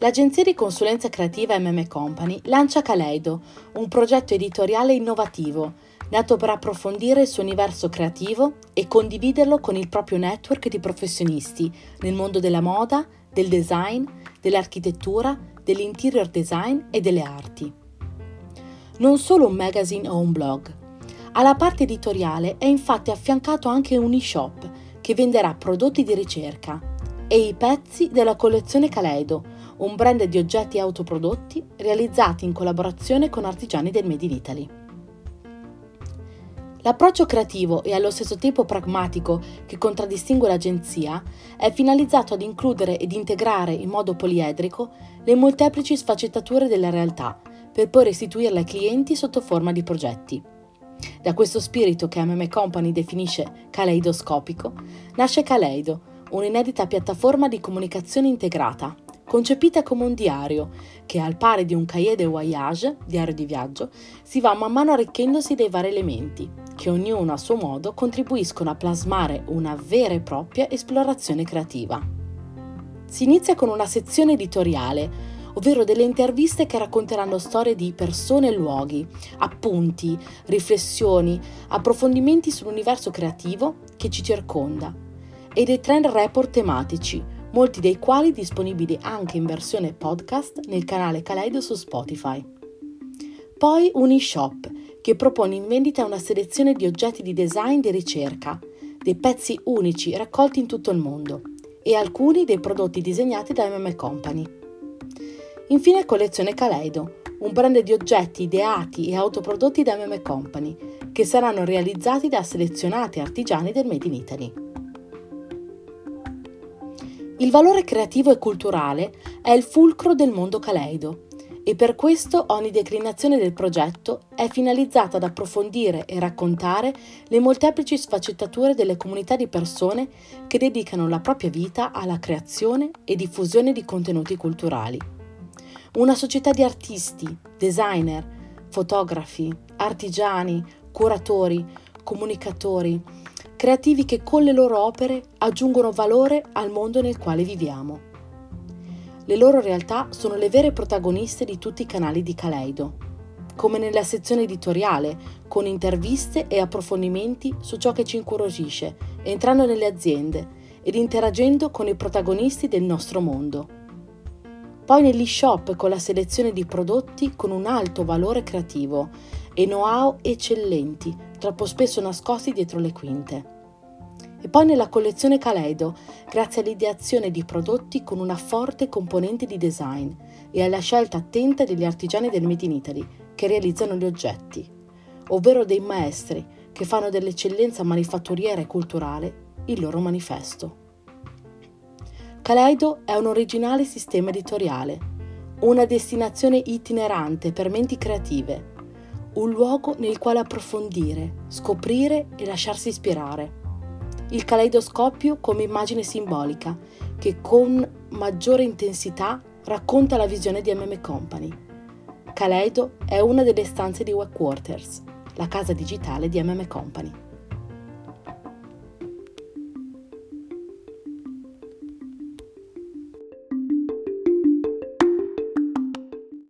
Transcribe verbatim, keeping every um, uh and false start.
L'agenzia di consulenza creativa M M Company lancia Kaleido, un progetto editoriale innovativo, nato per approfondire il suo universo creativo e condividerlo con il proprio network di professionisti nel mondo della moda, del design, dell'architettura, dell'interior design e delle arti. Non solo un magazine o un blog. Alla parte editoriale è infatti affiancato anche un e-shop che venderà prodotti di ricerca e i pezzi della collezione Kaleido, un brand di oggetti autoprodotti realizzati in collaborazione con artigiani del Made in Italy. L'approccio creativo e allo stesso tempo pragmatico che contraddistingue l'agenzia è finalizzato ad includere ed integrare in modo poliedrico le molteplici sfaccettature della realtà per poi restituirle ai clienti sotto forma di progetti. Da questo spirito che M M Company definisce caleidoscopico, nasce Kaleido, un'inedita piattaforma di comunicazione integrata, concepita come un diario che, al pari di un cahier de voyage, diario di viaggio, si va man mano arricchendosi dei vari elementi, che ognuno a suo modo contribuiscono a plasmare una vera e propria esplorazione creativa. Si inizia con una sezione editoriale, ovvero delle interviste che racconteranno storie di persone e luoghi, appunti, riflessioni, approfondimenti sull'universo creativo che ci circonda, e dei trend report tematici, molti dei quali disponibili anche in versione podcast nel canale Kaleido su Spotify. Poi un e-shop che propone in vendita una selezione di oggetti di design di ricerca, dei pezzi unici raccolti in tutto il mondo e alcuni dei prodotti disegnati da M M Company. Infine collezione Kaleido, un brand di oggetti ideati e autoprodotti da M M Company che saranno realizzati da selezionati artigiani del Made in Italy. Il valore creativo e culturale è il fulcro del mondo Kaleido e per questo ogni declinazione del progetto è finalizzata ad approfondire e raccontare le molteplici sfaccettature delle comunità di persone che dedicano la propria vita alla creazione e diffusione di contenuti culturali. Una società di artisti, designer, fotografi, artigiani, curatori, comunicatori, creativi che con le loro opere aggiungono valore al mondo nel quale viviamo. Le loro realtà sono le vere protagoniste di tutti i canali di Kaleido, come nella sezione editoriale, con interviste e approfondimenti su ciò che ci incuriosisce, entrando nelle aziende ed interagendo con i protagonisti del nostro mondo. Poi nell'e-shop con la selezione di prodotti con un alto valore creativo e know-how eccellenti, troppo spesso nascosti dietro le quinte. E poi nella collezione Kaleido, grazie all'ideazione di prodotti con una forte componente di design e alla scelta attenta degli artigiani del Made in Italy che realizzano gli oggetti, ovvero dei maestri che fanno dell'eccellenza manifatturiera e culturale il loro manifesto. Kaleido è un originale sistema editoriale, una destinazione itinerante per menti creative, un luogo nel quale approfondire, scoprire e lasciarsi ispirare. Il caleidoscopio come immagine simbolica che con maggiore intensità racconta la visione di M M Company. Kaleido è una delle stanze di Webquarters, la casa digitale di M M Company.